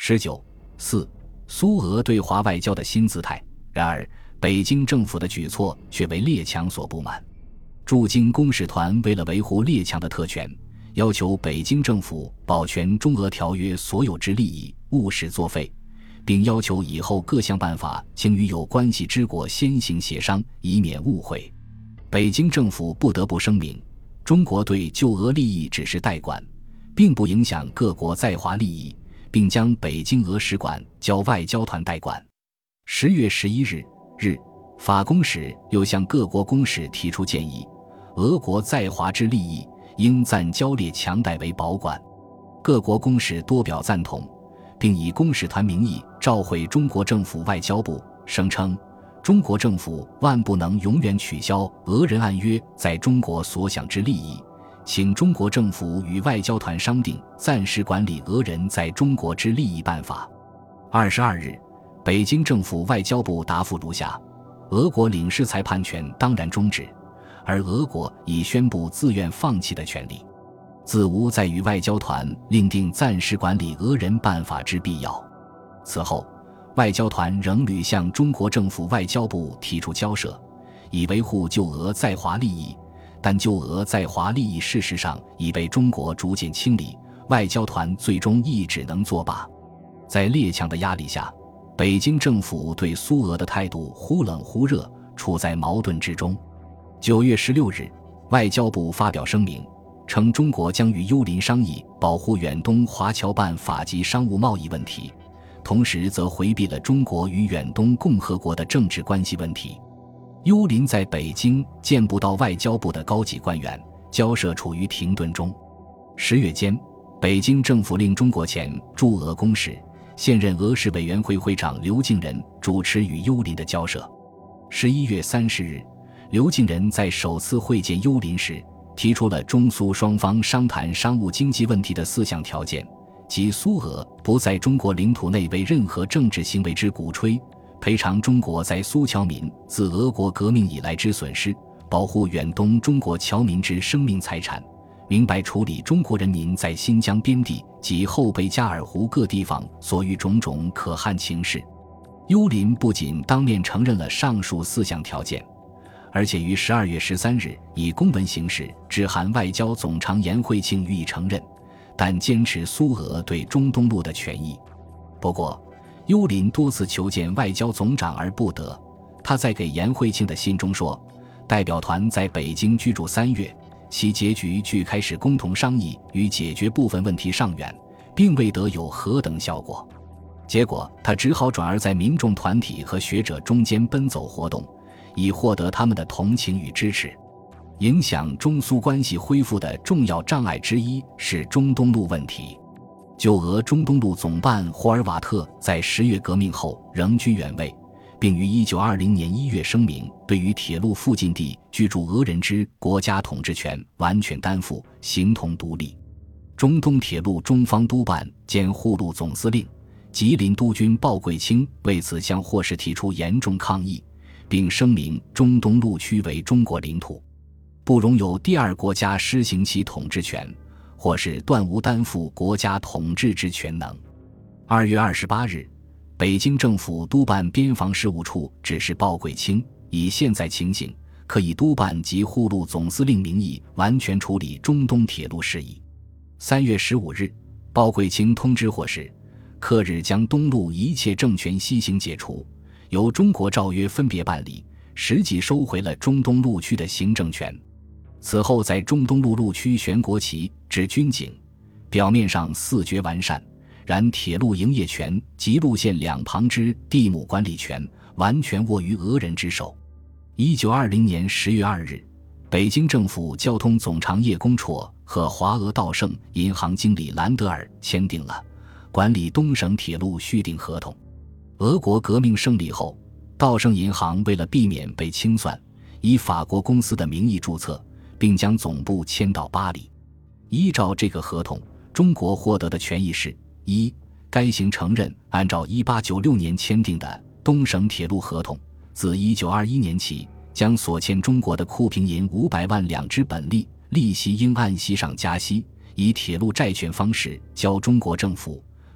19.4苏俄对华外交的新姿态。然而北京政府的举措却为列强所不满。驻京公使团为了维护列强的特权，要求北京政府保全中俄条约所有之利益，勿使作废，并要求以后各项办法请与有关系之国先行协商，以免误会。北京政府不得不声明，中国对就俄利益只是代管，并不影响各国在华利益，并将北京俄使馆交外交团代管。10月11日，法公使又向各国公使提出建议，俄国在华之利益应暂交列强代为保管。各国公使多表赞同，并以公使团名义召回中国政府外交部，声称中国政府万不能永远取消俄人按约在中国所享之利益，请中国政府与外交团商定暂时管理俄人在中国之利益办法。22日，北京政府外交部答复如下：俄国领事裁判权当然终止，而俄国已宣布自愿放弃的权利，自无再与外交团另定暂时管理俄人办法之必要。此后，外交团仍屡向中国政府外交部提出交涉，以维护就俄在华利益，但就俄在华利益事实上已被中国逐渐清理，外交团最终亦只能作罢。在列强的压力下，北京政府对苏俄的态度忽冷忽热，处在矛盾之中。9月16日，外交部发表声明，称中国将与幽林商议保护远东华侨办法及商务贸易问题，同时则回避了中国与远东共和国的政治关系问题。幽林在北京见不到外交部的高级官员，交涉处于停顿中。10月间，北京政府令中国前驻俄公使、现任俄事委员会会长刘敬仁主持与幽林的交涉。11月30日，刘敬仁在首次会见幽林时，提出了中苏双方商谈商务经济问题的4项条件，即苏俄不在中国领土内为任何政治行为之鼓吹，赔偿中国在苏侨民自俄国革命以来之损失，保护远东中国侨民之生命财产，明白处理中国人民在新疆边地及后贝加尔湖各地方所遇种种可汗情事。幽林不仅当面承认了上述4项条件，而且于12月13日以公文形式致函外交总长颜惠庆予以承认，但坚持苏俄对中东路的权益。不过幽林多次求见外交总长而不得，他在给颜惠庆的信中说，代表团在北京居住3月，其结局距开始共同商议与解决部分问题尚远，并未得有何等效果。结果他只好转而在民众团体和学者中间奔走活动，以获得他们的同情与支持。影响中苏关系恢复的重要障碍之一是中东路问题。就俄中东路总办霍尔瓦特在10月革命后仍居原位，并于1920年1月声明，对于铁路附近地居住俄人之国家统治权完全担负，形同独立。中东铁路中方督办兼护路总司令吉林督军鲍贵卿为此向霍氏提出严重抗议，并声明中东路区为中国领土，不容有第二国家施行其统治权，或是断无担负国家统治之权能。2月28日，北京政府督办边防事务处指示鲍贵卿，以现在情形，可以督办及护路总司令名义完全处理中东铁路事宜。3月15日，鲍贵卿通知霍氏，刻日将东路一切政权西行解除，由中国诏约分别办理，实际收回了中东路区的行政权。此后在中东路路区悬国旗、置军警，表面上似觉完善，然铁路营业权及路线两旁之地亩管理权完全握于俄人之手。1920年10月2日，北京政府交通总长叶公绰和华俄道盛银行经理兰德尔签订了管理东省铁路续订合同。俄国革命胜利后，道盛银行为了避免被清算，以法国公司的名义注册，并将总部迁到巴黎。依照这个合同，中国获得的权益是：一、该行承认按照1896年签订的东省铁路合同，自1921年起将所欠中国的库平银500万两之本利，利息应按息上加息，以铁路债券方式交中国政府，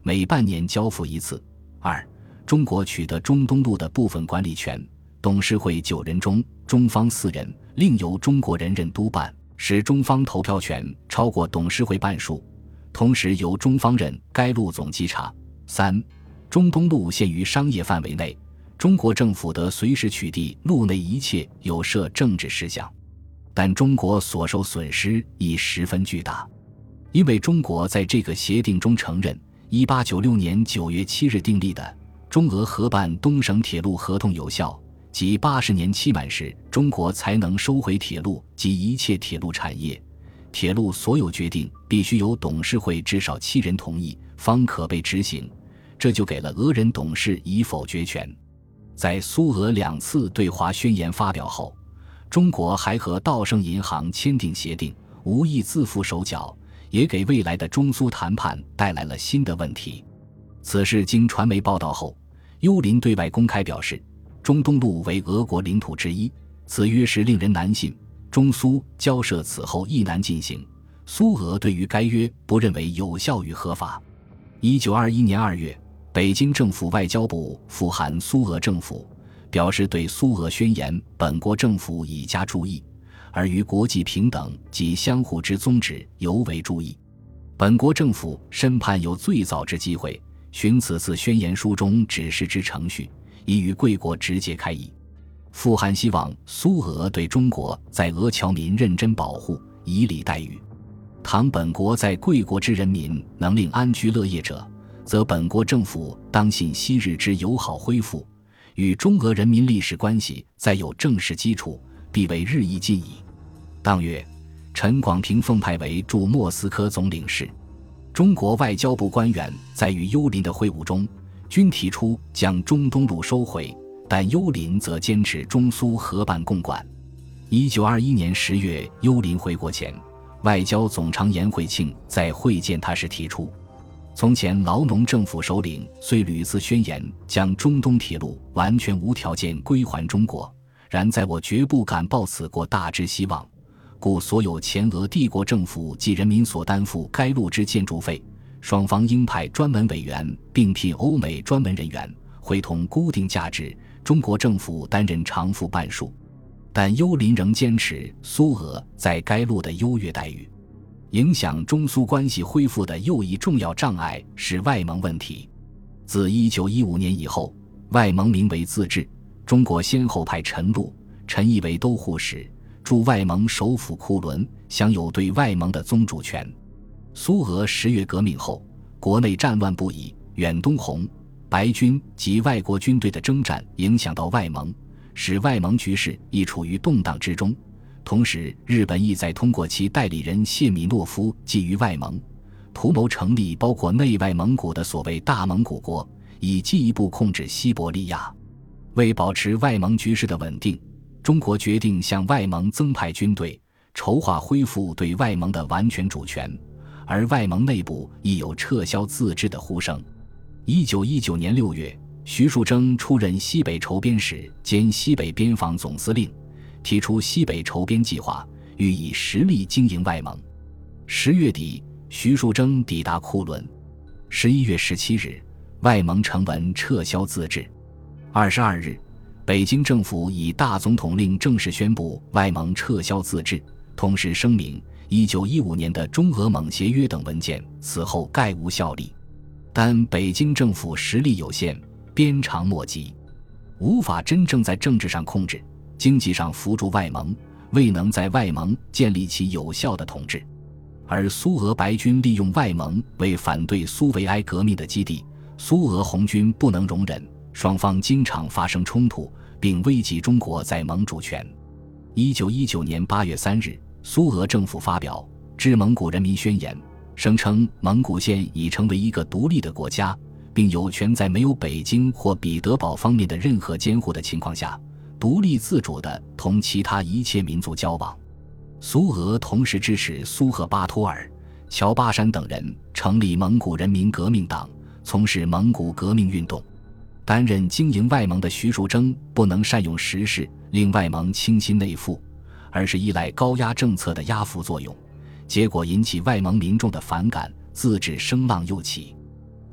每半年交付一次。二、中国取得中东路的部分管理权，董事会9人中，中方4人，另由中国人任督办，使中方投票权超过董事会半数，同时由中方任该路总稽查。三、中东路限于商业范围内，中国政府得随时取缔路内一切有涉政治事项，但中国所受损失亦十分巨大，因为中国在这个协定中承认1896年9月7日订立的中俄合办东省铁路合同有效，即80年期满时中国才能收回铁路及一切铁路产业，铁路所有决定必须由董事会至少7人同意方可被执行，这就给了俄人董事以否决权。在苏俄2次对华宣言发表后，中国还和道盛银行签订协定，无意自负手脚，也给未来的中苏谈判带来了新的问题。此事经传媒报道后，幽林对外公开表示，中东路为俄国领土之一，此约实令人难信，中苏交涉此后亦难进行，苏俄对于该约不认为有效与合法。1921年2月，北京政府外交部复函苏俄政府，表示对苏俄宣言本国政府已加注意，而于国际平等及相互之宗旨尤为注意。本国政府深盼有最早之机会，循此次宣言书中指示之程序，已与贵国直接开议。复函希望苏俄对中国在俄侨民认真保护，以礼待遇。倘本国在贵国之人民能令安居乐业者，则本国政府当信昔日之友好恢复，与中俄人民历史关系再有正式基础，必为日益进矣。当月，陈广平奉派为驻莫斯科总领事。中国外交部官员在与幽林的会晤中，均提出将中东路收回，但幽林则坚持中苏合办共管。1921年10月，幽林回国前，外交总长颜惠庆在会见他时提出，从前劳农政府首领虽屡次宣言将中东铁路完全无条件归还中国，然在我绝不敢抱此过大之希望，故所有前俄帝国政府及人民所担负该路之建筑费，双方应派专门委员并聘欧美专门人员，会同固定价值，中国政府担任偿付半数。但幽林仍坚持苏俄在该路的优越待遇。影响中苏关系恢复的又一重要障碍是外蒙问题。自1915年以后，外蒙名为自治，中国先后派陈露、陈毅为都护使，驻外蒙首府库伦，享有对外蒙的宗主权。苏俄10月革命后，国内战乱不已，远东红、白军及外国军队的征战影响到外蒙，使外蒙局势亦处于动荡之中。同时，日本意在通过其代理人谢米诺夫觊觎外蒙，图谋成立包括内外蒙古的所谓大蒙古国，以进一步控制西伯利亚。为保持外蒙局势的稳定，中国决定向外蒙增派军队，筹划恢复对外蒙的完全主权，而外蒙内部亦有撤销自治的呼声。1919年6月，徐树铮出任西北筹边使兼西北边防总司令，提出西北筹边计划，欲以实力经营外蒙。10月底，徐树铮抵达库伦。11月17日，外蒙成文撤销自治。22日，北京政府以大总统令正式宣布外蒙撤销自治，同时声明1915年的中俄蒙协约等文件此后概无效力。但北京政府实力有限，鞭长莫及，无法真正在政治上控制，经济上扶助外蒙，未能在外蒙建立起有效的统治。而苏俄白军利用外蒙为反对苏维埃革命的基地，苏俄红军不能容忍，双方经常发生冲突，并危及中国在蒙主权。1919年8月3日，苏俄政府发表《致蒙古人民宣言》，声称蒙古县已成为一个独立的国家，并有权在没有北京或彼得堡方面的任何监护的情况下，独立自主地同其他一切民族交往。苏俄同时支持苏赫巴托尔、乔巴山等人成立蒙古人民革命党，从事蒙古革命运动。担任经营外蒙的徐树铮不能善用时势，令外蒙倾心内附，而是依赖高压政策的压服作用，结果引起外蒙民众的反感，自治声浪又起。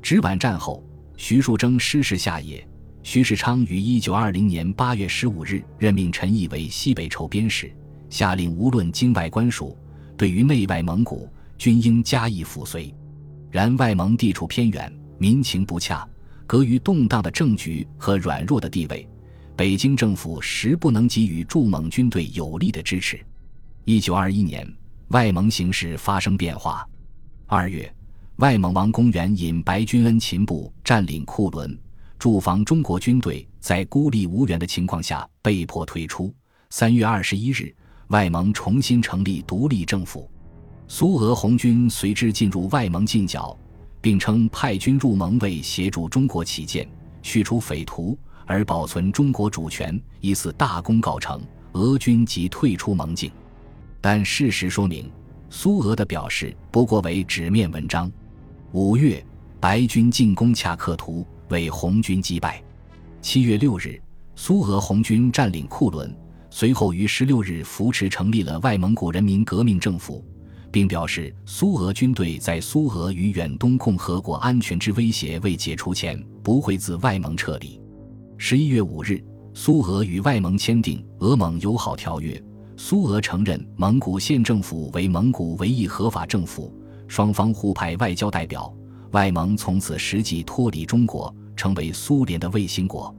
直皖战后，徐树铮失势下野，徐世昌于1920年8月15日任命陈毅为西北筹边使，下令无论京外官署，对于内外蒙古均应加以抚绥。然外蒙地处偏远，民情不洽，隔于动荡的政局和软弱的地位，北京政府实不能给予驻蒙军队有力的支持。1921年，外蒙形势发生变化。2月，外蒙王公元引白军恩勤部占领库伦，驻防中国军队在孤立无援的情况下被迫退出。3月21日，外蒙重新成立独立政府。苏俄红军随之进入外蒙近剿，并称派军入蒙为协助中国起建、去除匪徒而保存中国主权，疑似大功告成，俄军即退出蒙境。但事实说明，苏俄的表示不过为纸面文章。5月，白军进攻恰克图，为红军击败。7月6日，苏俄红军占领库伦，随后于16日扶持成立了外蒙古人民革命政府，并表示苏俄军队在苏俄与远东共和国安全之威胁未解除前，不会自外蒙撤离。11月5日，苏俄与外蒙签订俄蒙友好条约，苏俄承认蒙古县政府为蒙古唯一合法政府，双方互派外交代表，外蒙从此实际脱离中国，成为苏联的卫星国。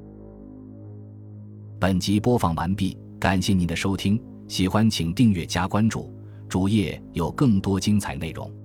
本集播放完毕，感谢您的收听，喜欢请订阅加关注，主页有更多精彩内容。